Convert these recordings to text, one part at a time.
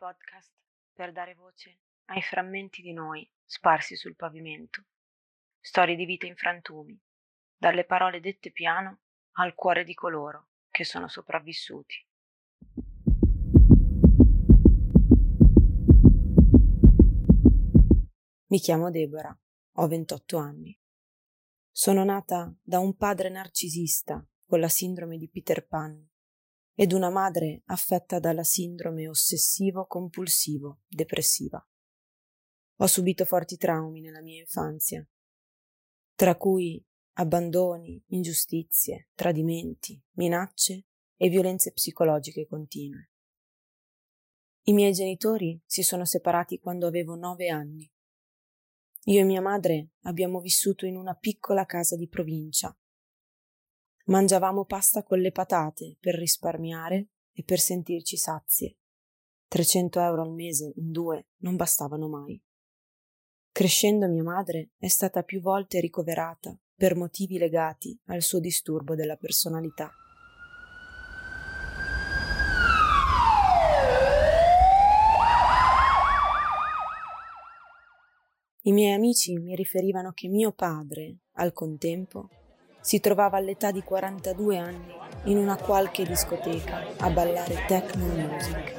podcast per dare voce ai frammenti di noi sparsi sul pavimento, storie di vita in frantumi, dalle parole dette piano al cuore di coloro che sono sopravvissuti. Mi chiamo Deborah, ho 28 anni. Sono nata da un padre narcisista con la sindrome di Peter Pan ed una madre affetta dalla sindrome ossessivo-compulsivo depressiva. Ho subito forti traumi nella mia infanzia, tra cui abbandoni, ingiustizie, tradimenti, minacce e violenze psicologiche continue. I miei genitori si sono separati quando avevo 9 anni. Io e mia madre abbiamo vissuto in una piccola casa di provincia. Mangiavamo pasta con le patate per risparmiare e per sentirci sazie. 300 euro al mese in 2 non bastavano mai. Crescendo mia madre è stata più volte ricoverata per motivi legati al suo disturbo della personalità. I miei amici mi riferivano che mio padre, al contempo, si trovava all'età di 42 anni in una qualche discoteca a ballare techno music.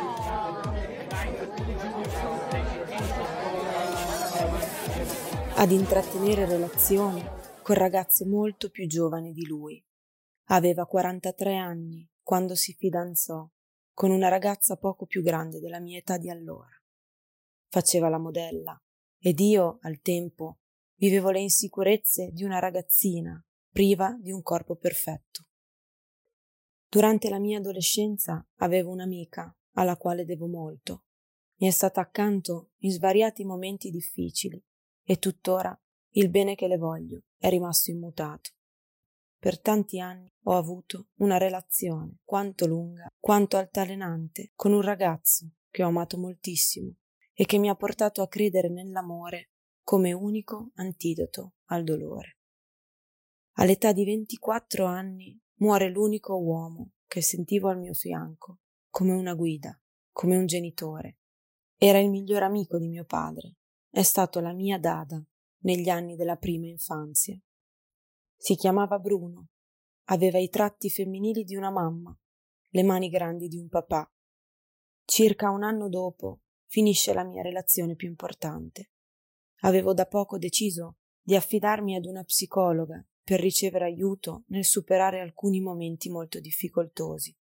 Ad intrattenere relazioni con ragazze molto più giovani di lui. Aveva 43 anni quando si fidanzò con una ragazza poco più grande della mia età di allora. Faceva la modella ed io, al tempo, vivevo le insicurezze di una ragazzina priva di un corpo perfetto. Durante la mia adolescenza avevo un'amica alla quale devo molto. Mi è stata accanto in svariati momenti difficili e tuttora il bene che le voglio è rimasto immutato. Per tanti anni ho avuto una relazione quanto lunga, quanto altalenante con un ragazzo che ho amato moltissimo e che mi ha portato a credere nell'amore come unico antidoto al dolore. All'età di 24 anni muore l'unico uomo che sentivo al mio fianco, come una guida, come un genitore. Era il miglior amico di mio padre, è stato la mia dada negli anni della prima infanzia. Si chiamava Bruno, aveva i tratti femminili di una mamma, le mani grandi di un papà. Circa un anno dopo finisce la mia relazione più importante. Avevo da poco deciso di affidarmi ad una psicologa per ricevere aiuto nel superare alcuni momenti molto difficoltosi.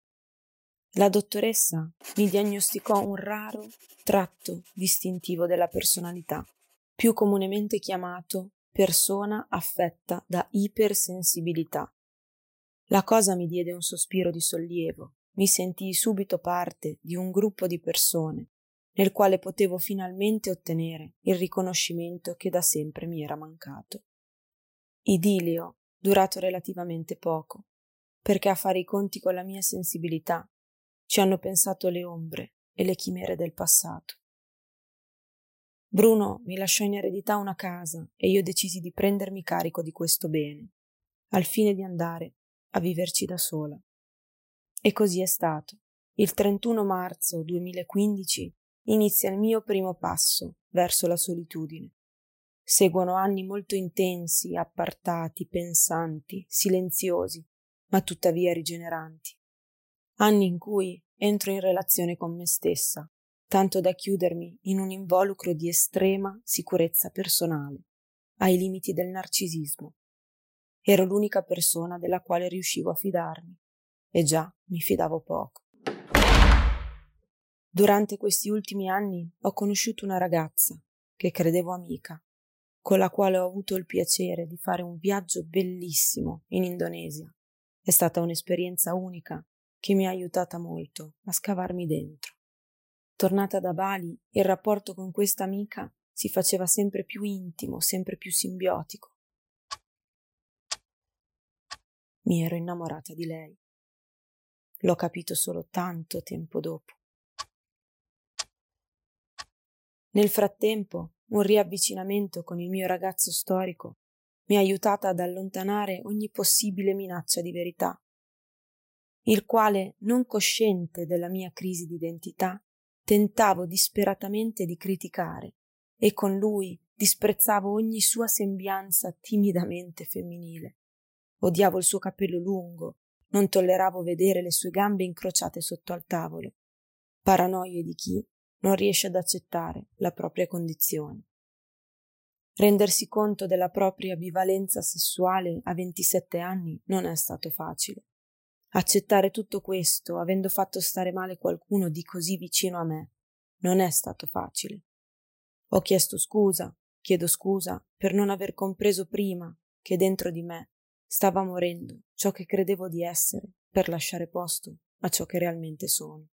La dottoressa mi diagnosticò un raro tratto distintivo della personalità, più comunemente chiamato persona affetta da ipersensibilità. La cosa mi diede un sospiro di sollievo, mi sentii subito parte di un gruppo di persone nel quale potevo finalmente ottenere il riconoscimento che da sempre mi era mancato. Idilio durato relativamente poco, perché a fare i conti con la mia sensibilità ci hanno pensato le ombre e le chimere del passato. Bruno mi lasciò in eredità una casa e io decisi di prendermi carico di questo bene, al fine di andare a viverci da sola. E così è stato. Il 31 marzo 2015 inizia il mio primo passo verso la solitudine. Seguono anni molto intensi, appartati, pensanti, silenziosi, ma tuttavia rigeneranti. Anni in cui entro in relazione con me stessa, tanto da chiudermi in un involucro di estrema sicurezza personale, ai limiti del narcisismo. Ero l'unica persona della quale riuscivo a fidarmi, e già mi fidavo poco. Durante questi ultimi anni ho conosciuto una ragazza che credevo amica, con la quale ho avuto il piacere di fare un viaggio bellissimo in Indonesia. È stata un'esperienza unica che mi ha aiutata molto a scavarmi dentro. Tornata da Bali, il rapporto con questa amica si faceva sempre più intimo, sempre più simbiotico. Mi ero innamorata di lei. L'ho capito solo tanto tempo dopo. Nel frattempo, un riavvicinamento con il mio ragazzo storico mi ha aiutata ad allontanare ogni possibile minaccia di verità, il quale, non cosciente della mia crisi di identità, tentavo disperatamente di criticare e con lui disprezzavo ogni sua sembianza timidamente femminile. Odiavo il suo capello lungo, non tolleravo vedere le sue gambe incrociate sotto al tavolo. Paranoie di chi non riesce ad accettare la propria condizione. Rendersi conto della propria bivalenza sessuale a 27 anni non è stato facile. Accettare tutto questo, avendo fatto stare male qualcuno di così vicino a me, non è stato facile. Ho chiesto scusa, chiedo scusa per non aver compreso prima che dentro di me stava morendo ciò che credevo di essere per lasciare posto a ciò che realmente sono.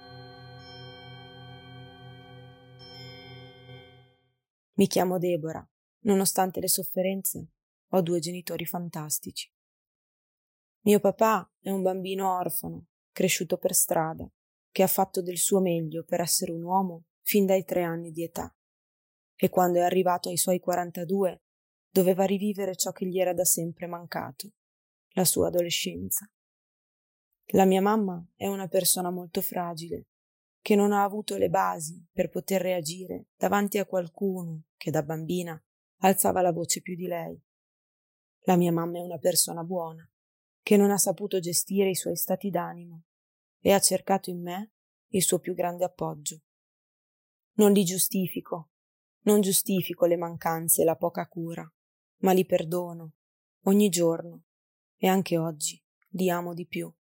Mi chiamo Deborah. Nonostante le sofferenze, ho 2 genitori fantastici. Mio papà è un bambino orfano, cresciuto per strada, che ha fatto del suo meglio per essere un uomo fin dai 3 anni di età. E quando è arrivato ai suoi 42, doveva rivivere ciò che gli era da sempre mancato, la sua adolescenza. La mia mamma è una persona molto fragile, che non ha avuto le basi per poter reagire davanti a qualcuno che da bambina alzava la voce più di lei. La mia mamma è una persona buona, che non ha saputo gestire i suoi stati d'animo e ha cercato in me il suo più grande appoggio. Non li giustifico, non giustifico le mancanze e la poca cura, ma li perdono ogni giorno e anche oggi li amo di più.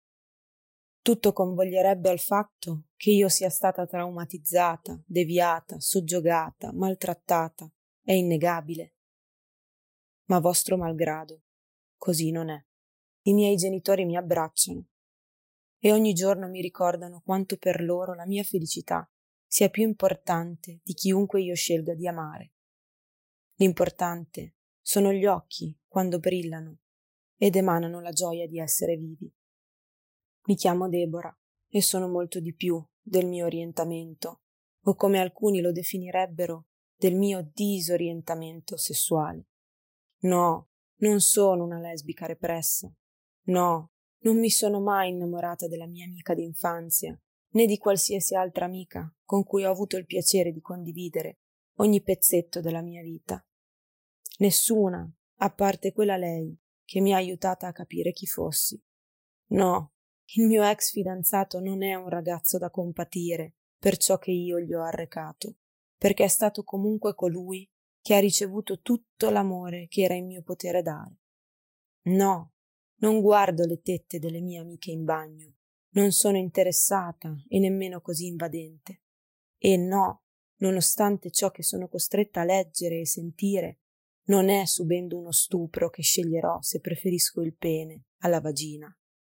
Tutto convoglierebbe al fatto che io sia stata traumatizzata, deviata, soggiogata, maltrattata, è innegabile. Ma vostro malgrado, così non è. I miei genitori mi abbracciano e ogni giorno mi ricordano quanto per loro la mia felicità sia più importante di chiunque io scelga di amare. L'importante sono gli occhi quando brillano ed emanano la gioia di essere vivi. Mi chiamo Deborah e sono molto di più del mio orientamento, o come alcuni lo definirebbero, del mio disorientamento sessuale. No, non sono una lesbica repressa. No, non mi sono mai innamorata della mia amica d'infanzia, né di qualsiasi altra amica con cui ho avuto il piacere di condividere ogni pezzetto della mia vita. Nessuna, a parte quella lei, che mi ha aiutata a capire chi fossi. No, il mio ex fidanzato non è un ragazzo da compatire per ciò che io gli ho arrecato, perché è stato comunque colui che ha ricevuto tutto l'amore che era in mio potere dare. No, non guardo le tette delle mie amiche in bagno, non sono interessata e nemmeno così invadente. E no, nonostante ciò che sono costretta a leggere e sentire, non è subendo uno stupro che sceglierò se preferisco il pene alla vagina.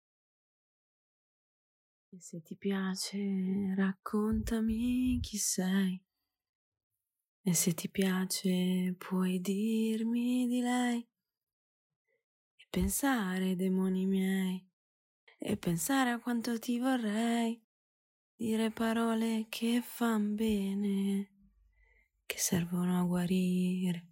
E se ti piace, raccontami chi sei. E se ti piace, puoi dirmi di lei. E pensare ai demoni miei. E pensare a quanto ti vorrei. Dire parole che fan bene, che servono a guarire.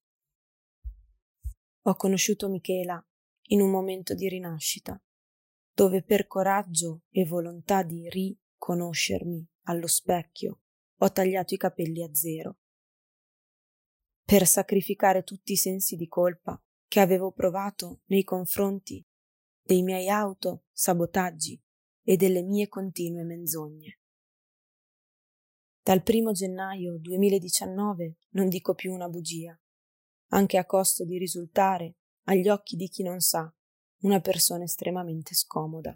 Ho conosciuto Michela in un momento di rinascita, dove per coraggio e volontà di riconoscermi allo specchio ho tagliato i capelli a 0. Per sacrificare tutti i sensi di colpa che avevo provato nei confronti dei miei autosabotaggi e delle mie continue menzogne. Dal 1 gennaio 2019 non dico più una bugia, anche a costo di risultare, agli occhi di chi non sa, una persona estremamente scomoda.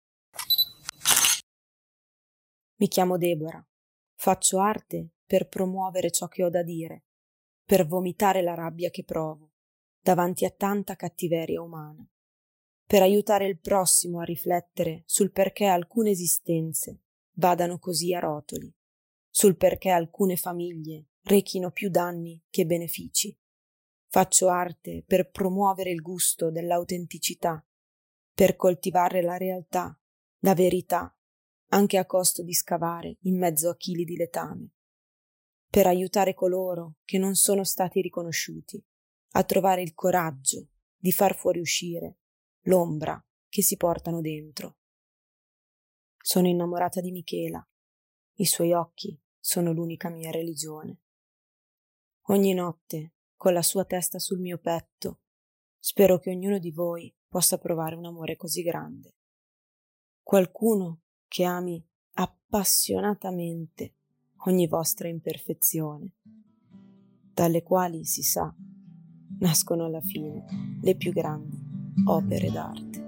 Mi chiamo Deborah, faccio arte per promuovere ciò che ho da dire, per vomitare la rabbia che provo davanti a tanta cattiveria umana, per aiutare il prossimo a riflettere sul perché alcune esistenze vadano così a rotoli, sul perché alcune famiglie rechino più danni che benefici. Faccio arte per promuovere il gusto dell'autenticità, per coltivare la realtà, la verità, anche a costo di scavare in mezzo a chili di letame, per aiutare coloro che non sono stati riconosciuti a trovare il coraggio di far fuoriuscire l'ombra che si portano dentro. Sono innamorata di Michela I suoi occhi sono l'unica mia religione. Ogni notte, con la sua testa sul mio petto, spero che ognuno di voi possa provare un amore così grande. Qualcuno che ami appassionatamente ogni vostra imperfezione, dalle quali, si sa, nascono alla fine le più grandi opere d'arte.